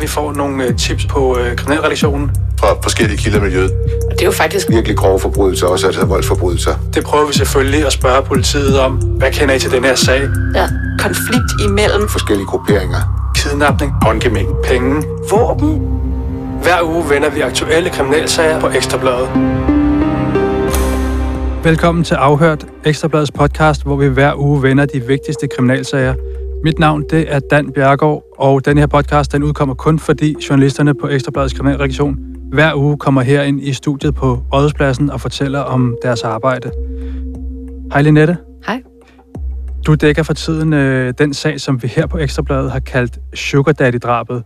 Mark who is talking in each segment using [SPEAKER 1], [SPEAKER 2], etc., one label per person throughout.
[SPEAKER 1] vi får nogle tips på kriminalredaktionen.
[SPEAKER 2] Fra forskellige kilder i miljøet.
[SPEAKER 3] Og det er jo faktisk
[SPEAKER 2] virkelig grove forbrydelser, også altså voldsforbrydelser.
[SPEAKER 1] Det prøver vi selvfølgelig at spørge politiet om. Hvad kender I til den her sag?
[SPEAKER 3] der konflikt imellem
[SPEAKER 2] Forskellige grupperinger.
[SPEAKER 1] Kidnapning, håndgemæng, penge, våben. Hver uge vender vi aktuelle kriminalsager på Ekstra Bladet. Velkommen til Afhørt, Ekstra Bladets podcast, hvor vi hver uge vender de vigtigste kriminalsager. Mit navn, det er Dan Bjerregaard, og den her podcast, den udkommer kun fordi journalisterne på Ekstra Bladets kriminalredaktion hver uge kommer herind i studiet på Rådhuspladsen og fortæller om deres arbejde. Hej Linette.
[SPEAKER 3] Hej.
[SPEAKER 1] Du dækker for tiden den sag, som vi her på Ekstra Bladet har kaldt Sugar Daddy-drabet.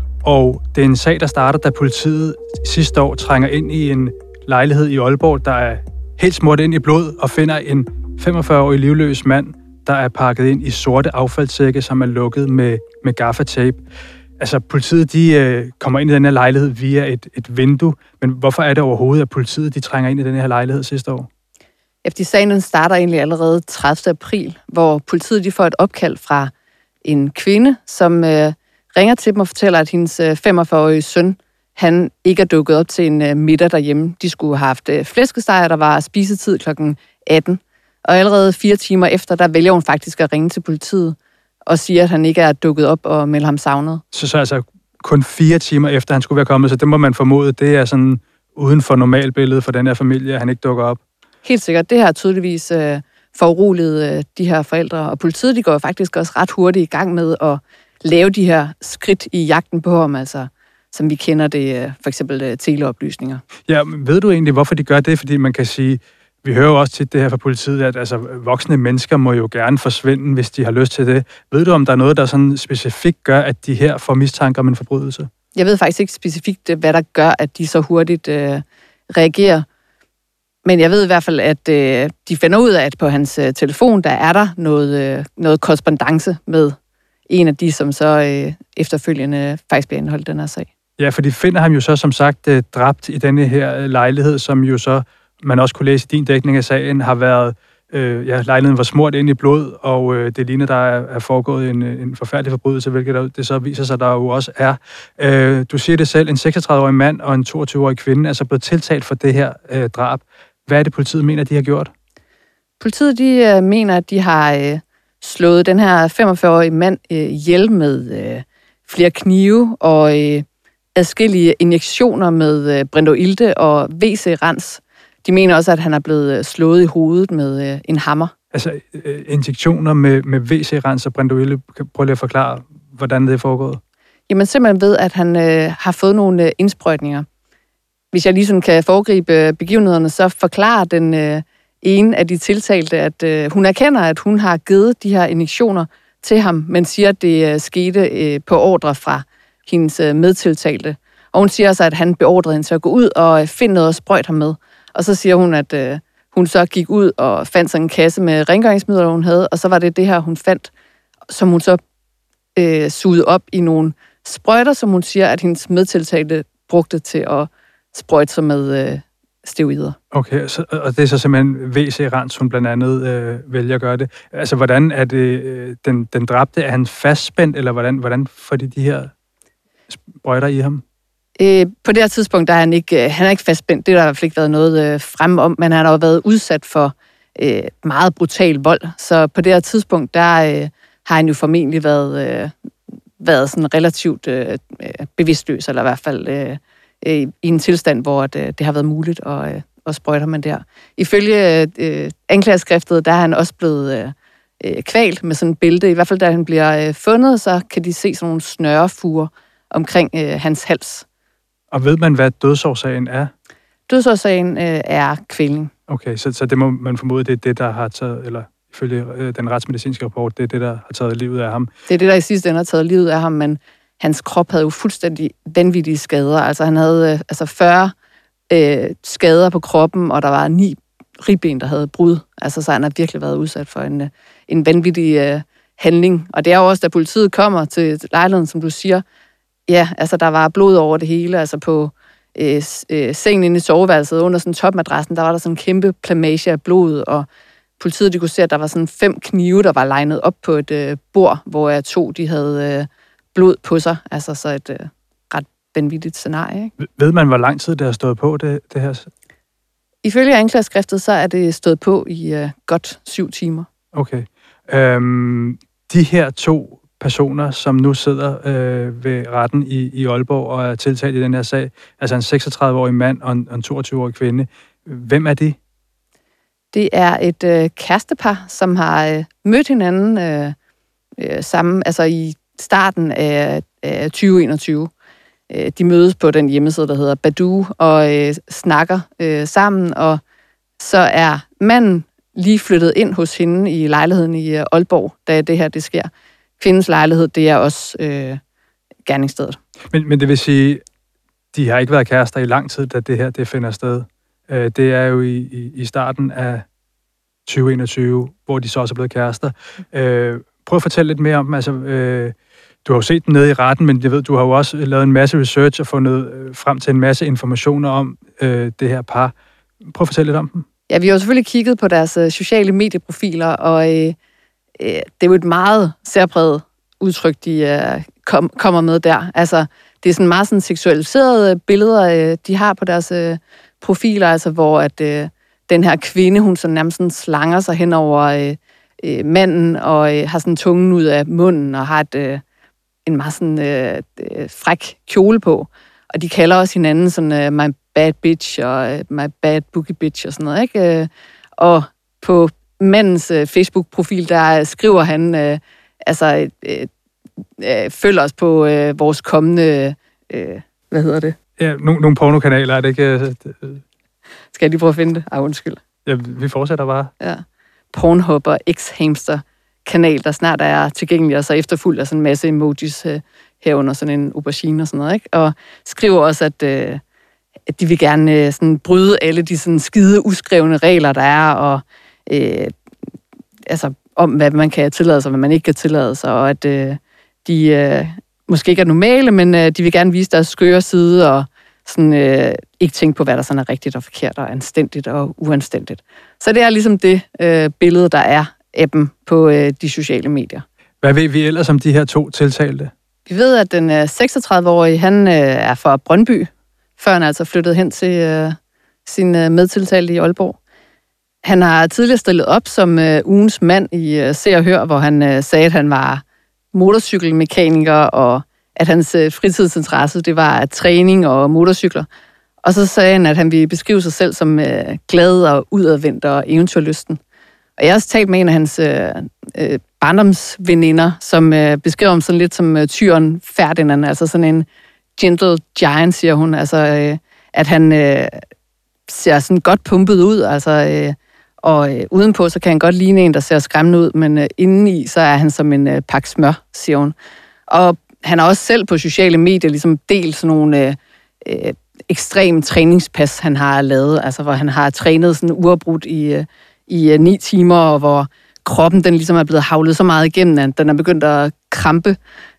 [SPEAKER 1] Og det er en sag, der starter, da politiet sidste år trænger ind i en lejlighed i Aalborg, der er helt smurt ind i blod, og finder en 45-årig livløs mand, der er pakket ind i sorte affaldssække, som er lukket med gaffatape. Altså, politiet de kommer ind i den her lejlighed via et vindue, men hvorfor er det overhovedet, at politiet de trænger ind i den her lejlighed sidste år?
[SPEAKER 4] Efter sagen starter egentlig allerede 30. april, hvor politiet de får et opkald fra en kvinde, som ringer til dem og fortæller, at hendes 45-årige søn, han ikke er dukket op til en middag derhjemme. De skulle have haft flæskesteg, der var spisetid kl. 18. Og allerede 4 timer efter, der vælger hun faktisk at ringe til politiet og siger, at han ikke er dukket op og melder ham savnet.
[SPEAKER 1] Så altså kun 4 timer efter, han skulle være kommet, så det må man formode, det er sådan uden for normalbilledet for den her familie, at han ikke dukker op.
[SPEAKER 4] Helt sikkert. Det har tydeligvis foruroliget de her forældre, og politiet de går faktisk også ret hurtigt i gang med at lave de her skridt i jagten på ham, altså som vi kender det, for eksempel teleoplysninger. Ja,
[SPEAKER 1] ved du egentlig, hvorfor de gør det? Fordi man kan sige, vi hører jo også tit det her fra politiet, at altså, voksne mennesker må jo gerne forsvinde, hvis de har lyst til det. Ved du, om der er noget, der sådan specifikt gør, at de her får mistanke om en forbrydelse? Jeg
[SPEAKER 4] ved faktisk ikke specifikt, hvad der gør, at de så hurtigt reagerer. Men jeg ved i hvert fald, at de finder ud af, at på hans telefon, der er der noget korrespondance med en af de, som så efterfølgende faktisk bliver indholdt den her sag.
[SPEAKER 1] Ja, for de finder ham jo så som sagt dræbt i denne her lejlighed, som jo så, man også kunne læse i din dækning af sagen, har været, lejligheden var smurt ind i blod, og det ligner, der er foregået en forfærdelig forbrydelse, hvilket det så viser sig, der jo også er. Du siger det selv, en 36-årig mand og en 22-årig kvinde er så blevet tiltalt for det her drab. Hvad er det, politiet mener, de har gjort?
[SPEAKER 4] Politiet, de mener, at de har slået den her 45-årige mand ihjel med flere knive og adskillige injektioner med Brendo-Ilte og WC-rens. De mener også, at han er blevet slået i hovedet med en hammer.
[SPEAKER 1] Altså injektioner med WC-rens og Brendo-Ilte. Prøv lige at forklare, hvordan det er foregået.
[SPEAKER 4] Jamen simpelthen ved, at han har fået nogle indsprøjtninger. Hvis jeg lige sådan kan foregribe begivenhederne, så forklarer den ene af de tiltalte, at hun erkender, at hun har givet de her injektioner til ham, men siger, at det skete på ordre fra hendes medtiltalte. Og hun siger så, at han beordrede hende til at gå ud og finde noget og sprøjte ham med. Og så siger hun, at hun så gik ud og fandt sådan en kasse med rengøringsmidler, hun havde, og så var det her, hun fandt, som hun så sugede op i nogle sprøjter, som hun siger, at hendes medtiltalte brugte til at sprøjte sig med steroider.
[SPEAKER 1] Okay, og det er så simpelthen WC-rens, hun blandt andet vælger at gøre det. Altså, hvordan er det, den dræbte, er han fastspændt, eller hvordan får de her sprøjter i ham?
[SPEAKER 4] På det her tidspunkt, der er han er ikke fastspændt. Det har der i hvert fald ikke været noget fremme om, men han har jo været udsat for meget brutal vold. Så på det her tidspunkt, der har han jo formentlig været sådan relativt bevidstløs, eller i hvert fald i en tilstand, hvor det har været muligt at sprøjte ham der. Ifølge anklageskriftet, der er han også blevet kvalt med sådan et bælte. I hvert fald, da han bliver fundet, så kan de se sådan nogle snørefuger omkring hans hals.
[SPEAKER 1] Og ved man, hvad dødsårsagen er?
[SPEAKER 4] Dødsårsagen er kvælning.
[SPEAKER 1] Okay, så det må man formode, det er det, der har taget, eller ifølge den retsmedicinske rapport, det er det, der har taget livet af ham.
[SPEAKER 4] Det er det, der i sidste ende har taget livet af ham, men hans krop havde jo fuldstændig vanvittige skader. Altså han havde 40 skader på kroppen, og der var 9 ribben, der havde brud. Altså så han har virkelig været udsat for en vanvittig handling. Og det er jo også, da politiet kommer til lejligheden, som du siger, ja, altså der var blod over det hele, altså på sengen inde i soveværelset, under sådan topmadrassen, der var der sådan en kæmpe plamage af blod, og politiet de kunne se, at der var sådan 5 knive, der var legnet op på et bord, hvor 2 de havde blod på sig, altså så vanvittigt scenarie. Ikke?
[SPEAKER 1] Ved man, hvor lang tid det har stået på, det her?
[SPEAKER 4] Ifølge anklageskriftet, så er det stået på i godt 7 timer.
[SPEAKER 1] Okay. De her 2 personer, som nu sidder ved retten i Aalborg og er tiltalt i den her sag, altså en 36-årig mand og en 22-årig kvinde. Hvem er de?
[SPEAKER 4] Det er et kærestepar, som har mødt hinanden sammen, altså i starten af 2021. De mødes på den hjemmeside, der hedder Badoo, og snakker sammen, og så er manden lige flyttet ind hos hende i lejligheden i Aalborg, da det her det sker. Kvindens lejlighed, det er også gerningsstedet. Men
[SPEAKER 1] det vil sige, de har ikke været kærester i lang tid, da det her det finder sted. Det er jo i starten af 2021, hvor de så også er blevet kærester. Prøv at fortælle lidt mere om dem. Altså, du har jo set dem nede i retten, men jeg ved, du har jo også lavet en masse research og fundet frem til en masse informationer om det her par. Prøv at fortælle lidt om dem. Ja, vi har jo selvfølgelig kigget på deres sociale medieprofiler, og det er jo et meget særpræget udtryk, de kommer med der. Altså, det er sådan meget sådan seksualiserede billeder, de har på deres profiler, altså hvor at den her kvinde, hun sådan nærmest sådan slanger sig hen over manden og har sådan tungen ud af munden og har en meget sådan fræk kjole på. Og de kalder også hinanden sådan my bad bitch og my bad boogie bitch og sådan noget, ikke? Og på mandens Facebook-profil, der skriver han, følg os på vores kommende, hvad hedder det? Ja, nogle pornokanaler, er det ikke? Skal jeg lige prøve at finde det? Undskyld. Ja, vi fortsætter bare. Ja. Pornhub og X-Hamster-kanal, der snart er tilgængelig, og så efterfulgt af sådan en masse emojis herunder sådan en aubergine og sådan noget, ikke? Og skriver også, at de vil gerne sådan bryde alle de sådan skide uskrevne regler, der er, og om, hvad man kan tillade sig, hvad man ikke kan tillade sig, og at de måske ikke er normale, men de vil gerne vise deres skøre side, og sådan ikke tænke på, hvad der sådan er rigtigt og forkert, og anstændigt og uanstændigt. Så det er ligesom det billede, der er af dem på de sociale medier. Hvad ved vi ellers om de her 2 tiltalte? Vi ved, at den 36-årige, han er fra Brøndby, før han altså flyttede hen til sin medtiltalte i Aalborg. Han har tidligere stillet op som ugens mand i Se og Hør, hvor han sagde, at han var motorcykelmekaniker, og at hans fritidsinteresse, det var træning og motorcykler. Og så sagde han, at han ville beskrive sig selv som glad og udadvendt og eventyrlysten. Og jeg har også talt med en af hans barndomsveninder, som beskriver ham sådan lidt som tyren Ferdinand, altså sådan en gentle giant, siger hun. Altså, at han ser sådan godt pumpet ud, altså, og udenpå, så kan han godt ligne en, der ser skræmmende ud, men indeni, så er han som en pakke smør, siger hun. Og han har også selv på sociale medier ligesom delt sådan nogle ekstreme træningspas, han har lavet, altså hvor han har trænet sådan uafbrudt i 9 timer, og hvor kroppen den ligesom er blevet havlet så meget igennem, at den er begyndt at krampe,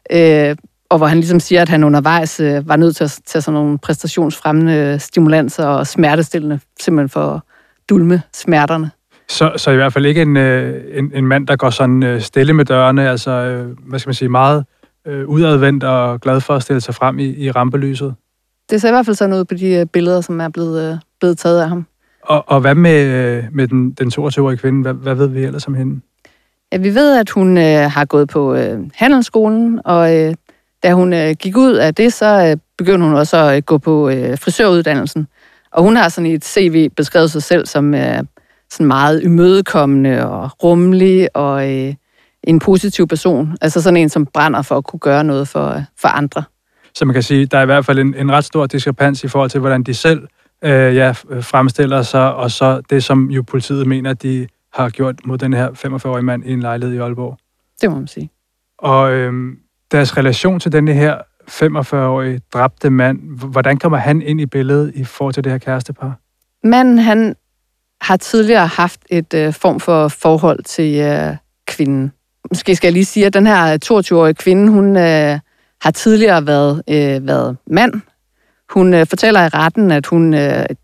[SPEAKER 1] og hvor han ligesom siger, at han undervejs var nødt til at tage sådan nogle præstationsfremmende stimulanser og smertestillende, simpelthen for at dulme smerterne. Så i hvert fald ikke en mand, der går sådan stille med dørene, altså, hvad skal man sige, meget udadvendt og glad for at stille sig frem i rampelyset. Det ser i hvert fald sådan ud på de billeder, som er blevet taget af ham. Og hvad med den 22-årige kvinde? Hvad ved vi ellers om hende? Ja, vi ved, at hun har gået på handelsskolen, og da hun gik ud af det, så begyndte hun også at gå på frisøruddannelsen. Og hun har sådan i et CV beskrevet sig selv som sådan meget imødekommende og rummelig og en positiv person. Altså sådan en, som brænder for at kunne gøre noget for andre. Så man kan sige, der er i hvert fald en ret stor diskrepans i forhold til, hvordan de selv fremstiller sig, og så det, som jo politiet mener, de har gjort mod den her 45-årige mand i en lejlighed i Aalborg. Det må man sige. Og deres relation til denne her 45-årige dræbte mand, hvordan kommer han ind i billedet i forhold til det her kærestepar? Manden, han har tidligere haft et form for forhold til kvinden. Måske skal jeg lige sige, at den her 22-årige kvinde, hun har tidligere været mand. Hun fortæller i retten, at hun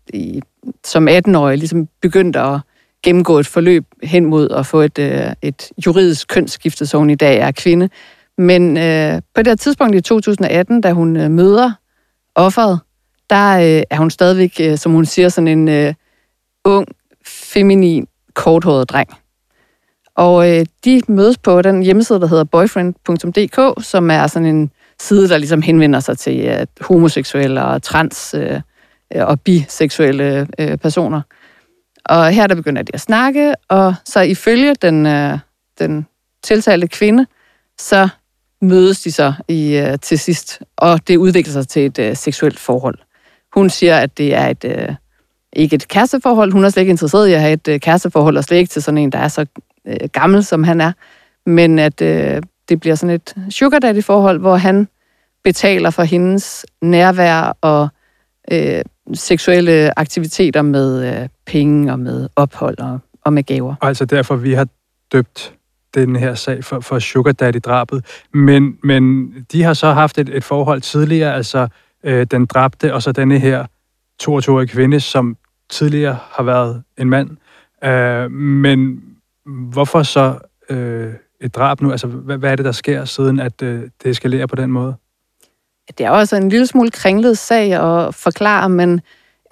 [SPEAKER 1] som 18-årig ligesom begyndte at gennemgå et forløb hen mod at få et juridisk kønsskifte, så hun i dag er kvinde. Men på det her tidspunkt i 2018, da hun møder
[SPEAKER 4] offeret, der er hun stadigvæk, som hun siger, sådan en ung, feminin, korthåret dreng. Og de mødes på den hjemmeside, der hedder boyfriend.dk, som er sådan en side, der ligesom henvender sig til homoseksuelle og trans og biseksuelle personer. Og her der begynder de at snakke, og så ifølge den tiltalte kvinde, så mødes de så til sidst, og det udvikler sig til et seksuelt forhold. Hun siger, at det er ikke et kæresteforhold. Hun er slet ikke interesseret i at have et kæresteforhold, og slet ikke til sådan en, der er så gammel, som han er. Men at det bliver sådan et sugar daddy-forhold, hvor han betaler for hendes nærvær og seksuelle aktiviteter med penge og med ophold og med gaver. Og
[SPEAKER 1] altså derfor, vi har døbt den her sag for sugar daddy-drabet. Men de har så haft et forhold tidligere, altså den dræbte, og så denne her 22-årige kvinde, som tidligere har været en mand. Men hvorfor så et drab nu? Altså, hvad er det, der sker, siden at det eskalerer på den måde?
[SPEAKER 4] Det er også en lille smule kringlet sag at forklare, men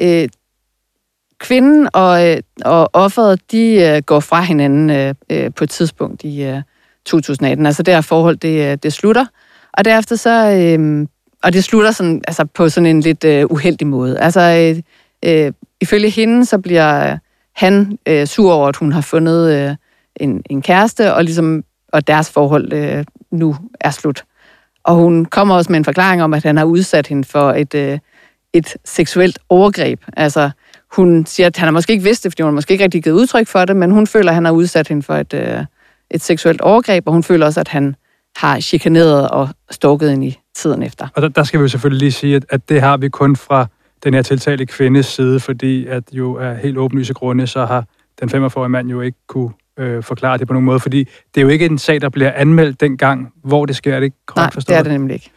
[SPEAKER 4] kvinden og offeret, de går fra hinanden på et tidspunkt i 2018. Altså det her forhold, det slutter. Og derefter så... og det slutter sådan, altså på sådan en lidt uheldig måde. Altså ifølge hende, så bliver han sur over, at hun har fundet en kæreste, og deres forhold nu er slut. Og hun kommer også med en forklaring om, at han har udsat hende for et seksuelt overgreb. Altså, hun siger, at han har måske ikke vidst det, fordi hun har måske ikke rigtig givet udtryk for det, men hun føler, at han har udsat hende for et seksuelt overgreb, og hun føler også, at han har chikaneret og stalket hende i tiden efter.
[SPEAKER 1] Og der skal vi jo selvfølgelig lige sige, at det har vi kun fra den her tiltalte kvindes side, fordi at jo af helt åbenlyse grunde, så har den 45-årige mand jo ikke kunne forklare det på nogen måde, fordi det er jo ikke en sag, der bliver anmeldt dengang, hvor det sker, er det ikke korrekt forstået?
[SPEAKER 4] Nej, det er det nemlig ikke.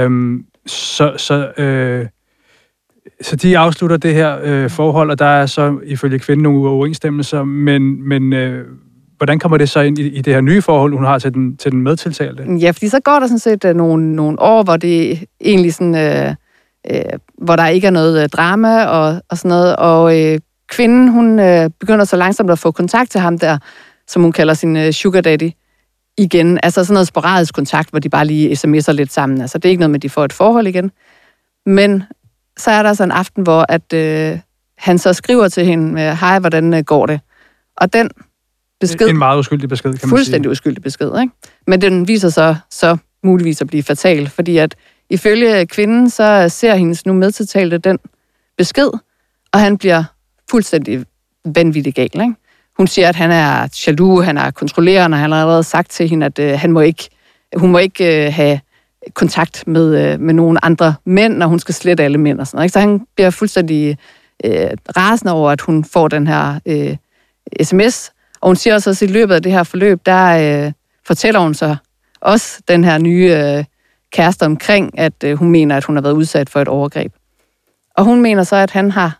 [SPEAKER 1] Så de afslutter det her forhold, og der er så ifølge kvinden nogle uoverensstemmelser, men hvordan kommer det så ind i det her nye forhold, hun har til den medtiltalte?
[SPEAKER 4] Ja, fordi så går der sådan set nogle år, hvor det egentlig sådan, hvor der ikke er noget drama og sådan noget, og kvinden, hun begynder så langsomt at få kontakt til ham der, som hun kalder sin sugar daddy, igen. Altså sådan noget sporadisk kontakt, hvor de bare lige sms'er lidt sammen. Altså det er ikke noget med, at de får et forhold igen. Men så er der så en aften, hvor at, han så skriver til hende, hej, hvordan går det? Og den besked...
[SPEAKER 1] En meget uskyldig besked, kan man sige.
[SPEAKER 4] Fuldstændig uskyldig besked, ikke? Men den viser så muligvis at blive fatal, fordi at ifølge kvinden, så ser hendes nu medtiltalte den besked, og han bliver fuldstændig vanvittig gal, ikke? Hun siger, at han er jaloux, han er kontrollerende, og han har allerede sagt til hende, at hun må ikke have kontakt med nogen andre mænd, når hun skal slette alle mænd og sådan noget, ikke? Så han bliver fuldstændig rasende over, at hun får den her sms, og hun siger også, at i løbet af det her forløb, der fortæller hun så også den her nye kæreste omkring, at hun mener, at hun har været udsat for et overgreb. Og hun mener så, at han har,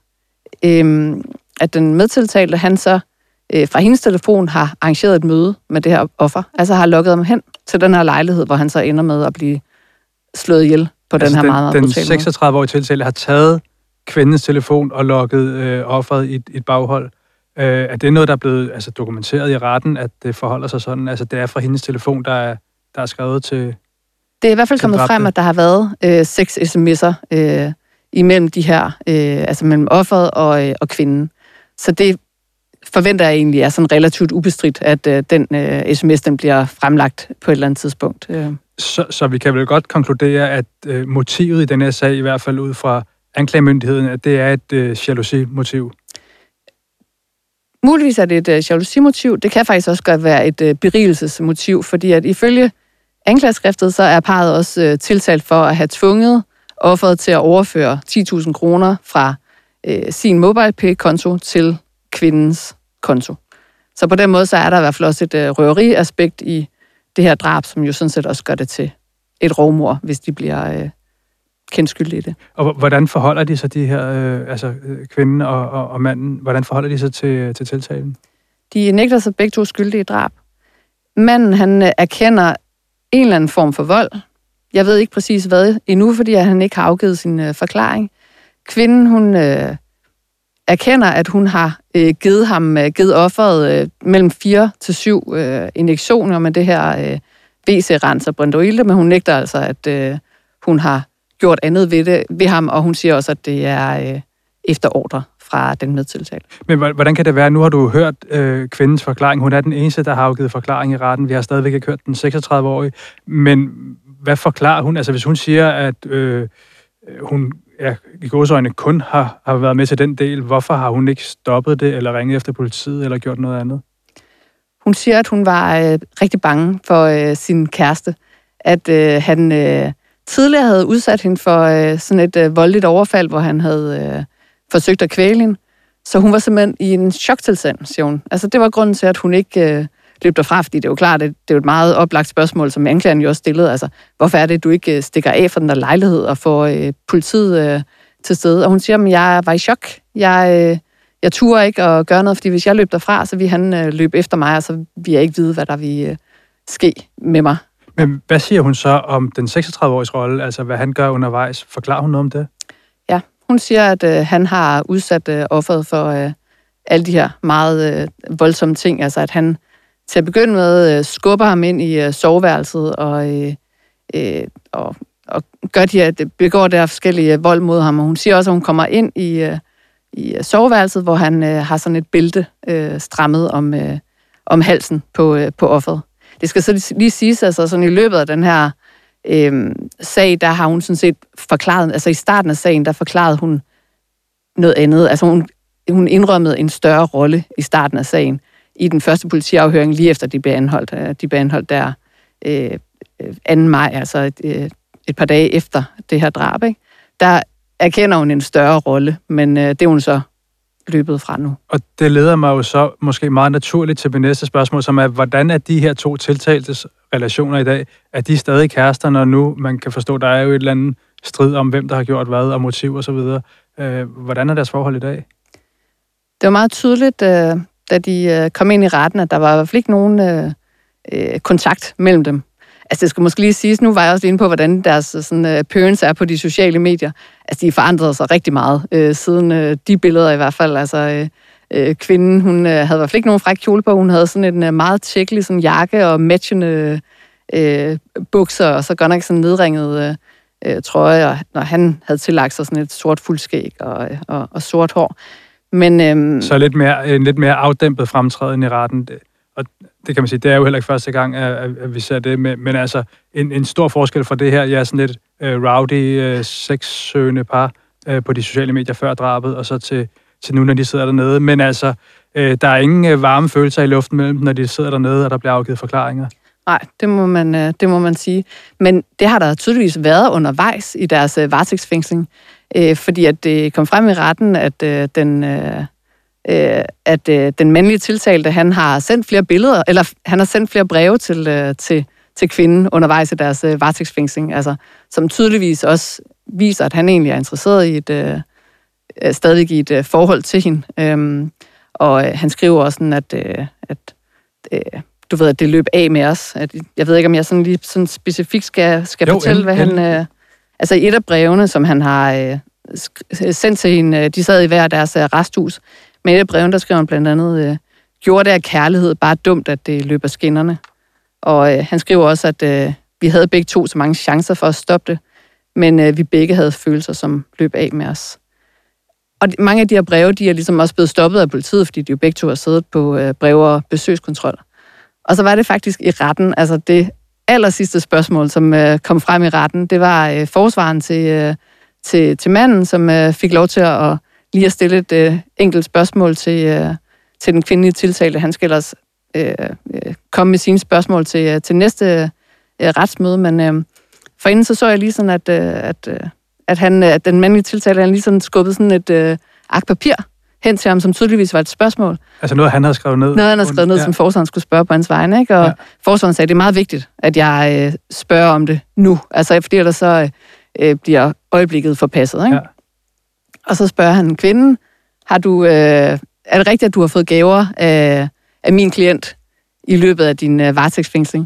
[SPEAKER 4] at den medtiltalte, han så fra hendes telefon har arrangeret et møde med det her offer, altså har lukket ham hen til den her lejlighed, hvor han så ender med at blive slået ihjel på den her meget brutale måde.
[SPEAKER 1] Den 36-årige tiltalte har taget kvindens telefon og lukket offeret i et baghold. Er det noget, der er blevet dokumenteret i retten, at det forholder sig sådan? Altså det er fra hendes telefon, der er skrevet til...
[SPEAKER 4] Det er i hvert fald kommet frem, at der har været 6 sms'er imellem de her, altså mellem offeret og kvinden. Så det forventer jeg egentlig er sådan relativt ubestridt, at den sms, den bliver fremlagt på et eller andet tidspunkt.
[SPEAKER 1] Så vi kan vel godt konkludere, at motivet i den her sag, i hvert fald ud fra anklagemyndigheden, at det er et jalousi-motiv?
[SPEAKER 4] Muligvis er det et jalousi-motiv. Det kan faktisk også godt være et berigelsesmotiv, fordi at ifølge anklageskriftet, så er parret også tiltalt for at have tvunget offeret til at overføre 10.000 kroner fra sin MobilePay-konto til kvindens konto. Så på den måde, så er der i hvert fald også et røveriaspekt i det her drab, som jo sådan set også gør det til et rovmord, hvis de bliver kendt skyldige i det.
[SPEAKER 1] Og hvordan forholder de sig, de her, kvinden og manden, hvordan forholder de sig til tiltalen?
[SPEAKER 4] De nægter sig begge to skyldige i drab. Manden, han erkender en eller anden form for vold. Jeg ved ikke præcis hvad endnu, fordi han ikke har afgivet sin forklaring. Kvinden, hun erkender, at hun har givet offeret mellem 4 til 7 injektioner med det her BC-renser Brindoilde, men hun nægter altså, at hun har gjort andet ved ham, og hun siger også, at det er efter ordre fra den medtiltalte.
[SPEAKER 1] Men hvordan kan det være? Nu har du hørt kvindens forklaring. Hun er den eneste, der har afgivet forklaring i retten. Vi har stadigvæk ikke hørt den 36-årige. Men hvad forklarer hun? Altså hvis hun siger, at hun i gåseøjne kun har været med til den del, hvorfor har hun ikke stoppet det, eller ringet efter politiet, eller gjort noget andet?
[SPEAKER 4] Hun siger, at hun var rigtig bange for sin kæreste. At han tidligere havde udsat hende for sådan et voldeligt overfald, hvor han havde forsøgt at kvæle hende. Så hun var simpelthen i en choktilstand, siger hun. Altså det var grunden til, at hun ikke løb derfra, fordi det er jo klart, at det er jo et meget oplagt spørgsmål, som anklageren jo også stillede. Altså, hvorfor er det, du ikke stikker af fra den der lejlighed og får politiet til stede? Og hun siger, at jeg var i chok. Jeg turde ikke at gøre noget, fordi hvis jeg løb derfra, så ville han løbe efter mig, og så ville jeg ikke vide, hvad der ville ske med mig.
[SPEAKER 1] Men hvad siger hun så om den 36-åriges rolle, altså hvad han gør undervejs? Forklarer hun noget om det?
[SPEAKER 4] Ja, hun siger, at han har udsat offeret for alle de her meget voldsomme ting. Altså at han til at begynde med skubber ham ind i soveværelset og begår der forskellige vold mod ham. Og hun siger også, at hun kommer ind i soveværelset, hvor han har sådan et bælte strammet om halsen på offeret. Det skal så lige siges, altså sådan i løbet af den her sag, der har hun sådan set forklaret, altså i starten af sagen, der forklarede hun noget andet. Altså hun indrømmede en større rolle i starten af sagen i den første politiafhøring, lige efter de blev anholdt. De blev anholdt der 2. maj, altså et par dage efter det her drab, ikke? Der erkender hun en større rolle, men det er hun så løbet fra nu. Og
[SPEAKER 1] det leder mig jo så måske meget naturligt til det næste spørgsmål, som er, hvordan er de her to tiltaltes relationer i dag? Er de stadig kærester, når nu man kan forstå, der er jo et eller andet strid om, hvem der har gjort hvad, og motiv og så videre. Hvordan er deres forhold i dag?
[SPEAKER 4] Det var meget tydeligt, da de kom ind i retten, at der var i hvert fald ikke nogen kontakt mellem dem. Altså det skal måske lige siges, nu var jeg også inde på, hvordan deres sådan, appearance er på de sociale medier. Altså de forandrede sig rigtig meget, siden de billeder i hvert fald. Altså kvinden, hun havde i hvert fald ikke nogen fræk kjole på, hun havde sådan en meget tjekkelig sådan jakke og matchende bukser, og så godt nok sådan nedringet trøje, og han havde tillagt sig sådan et sort fuldskæg og sort hår. Men,
[SPEAKER 1] så en lidt mere afdæmpet fremtræden i retten. Og det kan man sige, det er jo heller ikke første gang, at vi ser det. Men altså, en stor forskel fra det her, jeg er sådan lidt rowdy, sexsøgende par på de sociale medier før drabet, og så til nu, når de sidder dernede. Men altså, der er ingen varme følelser i luften mellem dem, når de sidder dernede, og der bliver afgivet forklaringer.
[SPEAKER 4] Nej, det må man sige. Men det har der tydeligvis været undervejs i deres varetægtsfængsling, fordi at det kom frem i retten, at den mandlige tiltalte, han har sendt flere billeder, eller han har sendt flere breve til kvinden undervejs i deres varetægtsfængsling, altså, som tydeligvis også viser, at han egentlig er interesseret i stadig i et forhold til hende. Og han skriver også sådan, at du ved, at det løb af med os. Jeg ved ikke, om jeg sådan lige sådan specifikt skal fortælle, hvad han... altså i et af brevene, som han har sendt til hende, de sad i hver deres resthus, men i et af brevene, der skrev han blandt andet, gjorde det af kærlighed bare dumt, at det løber skinnerne. Og han skriver også, at vi havde begge to så mange chancer for at stoppe det, men vi begge havde følelser, som løb af med os. Og mange af de her breve, de er ligesom også blevet stoppet af politiet, fordi de jo begge to har siddet på brev- og besøgskontrol. Og så var det faktisk i retten, altså det allersidste spørgsmål, som kom frem i retten, det var forsvaren til manden, som fik lov til at lige at stille et enkelt spørgsmål til den kvindelige tiltalte. Han skal ellers komme med sine spørgsmål til næste retsmøde, men forinden så jeg lige sådan, at den mandlige tiltalte, han lige sådan skubbede sådan et ark papir hen til ham, som tydeligvis var et spørgsmål.
[SPEAKER 1] Altså noget, han havde skrevet ned?
[SPEAKER 4] Noget, han havde skrevet ned, som forsvaren skulle spørge på hans vegne, ikke? Og forsvaren sagde, at det er meget vigtigt, at jeg spørger om det nu. Altså, fordi ellers så bliver øjeblikket forpasset, ikke? Ja. Og så spørger han kvinden, er det rigtigt, at du har fået gaver af min klient i løbet af din varetægtsfængsling?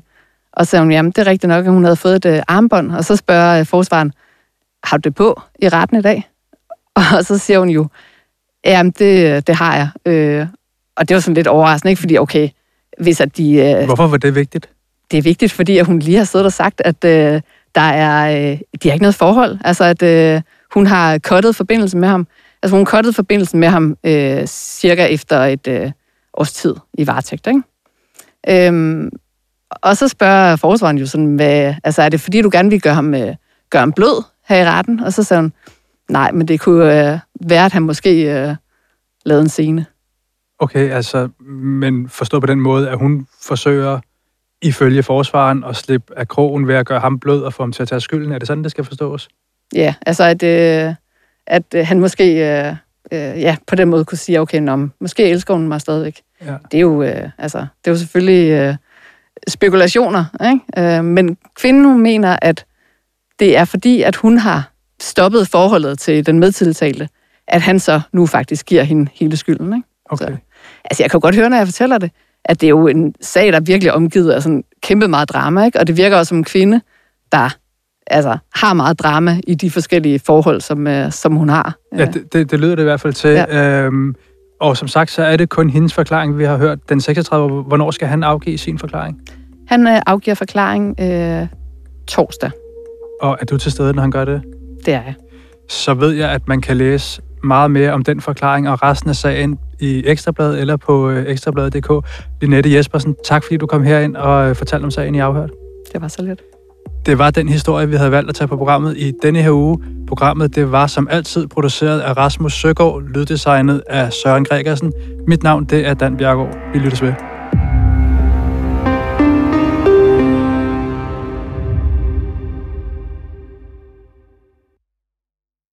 [SPEAKER 4] Og så sagde hun, jamen det er rigtigt nok, at hun havde fået et armbånd. Og så spørger forsvaren, har du det på i retten i dag? Og så siger hun jo, jamen det har jeg. Og det var sådan lidt overraskende, ikke? Fordi okay, hvis at de...
[SPEAKER 1] Hvorfor var det vigtigt?
[SPEAKER 4] Det er vigtigt, fordi at hun lige har siddet og sagt, at de har ikke noget forhold. Altså at hun har cuttet forbindelsen med ham. Altså hun cuttede forbindelsen med ham cirka efter et års tid i varetægt, ikke? Og så spørger forsvaren jo sådan, er det fordi, du gerne vil gøre ham blød her i retten? Og så sagde hun, nej, men det kunne være, at han måske lavede en scene.
[SPEAKER 1] Okay, altså, men forstået på den måde, at hun forsøger, ifølge forsvaren, at slippe af krogen ved at gøre ham blød og få ham til at tage skylden. Er det sådan, det skal forstås? Ja,
[SPEAKER 4] altså at han måske på den måde kunne sige, okay, måske elsker hun mig stadigvæk. Ja. Det er jo selvfølgelig spekulationer, ikke? Men kvinden, hun mener, at det er fordi, at hun har stoppet forholdet til den medtiltalte, at han så nu faktisk giver hende hele skylden, ikke?
[SPEAKER 1] Okay.
[SPEAKER 4] Så, jeg kan godt høre, når jeg fortæller det, at det er jo en sag, der virkelig omgivet af sådan kæmpe meget drama, ikke? Og det virker også som en kvinde, der har meget drama i de forskellige forhold, som hun har.
[SPEAKER 1] Ja, det lyder det i hvert fald til. Ja. Og som sagt, så er det kun hendes forklaring, vi har hørt. Den 36. Hvornår skal han afgive sin forklaring?
[SPEAKER 4] Han afgiver forklaring torsdag.
[SPEAKER 1] Og er du til stede, når han gør det?
[SPEAKER 4] Det er jeg.
[SPEAKER 1] Så ved jeg, at man kan læse meget mere om den forklaring og resten af sagen i Ekstrabladet eller på ekstrabladet.dk. Linette Jespersen, tak fordi du kom herind og fortalte om sagen i Afhørt.
[SPEAKER 4] Det var så lidt.
[SPEAKER 1] Det var den historie, vi havde valgt at tage på programmet i denne her uge. Programmet det var som altid produceret af Rasmus Søgaard, lyddesignet af Søren Gregersen. Mit navn det er Dan Bjergård. Vi lyttes ved.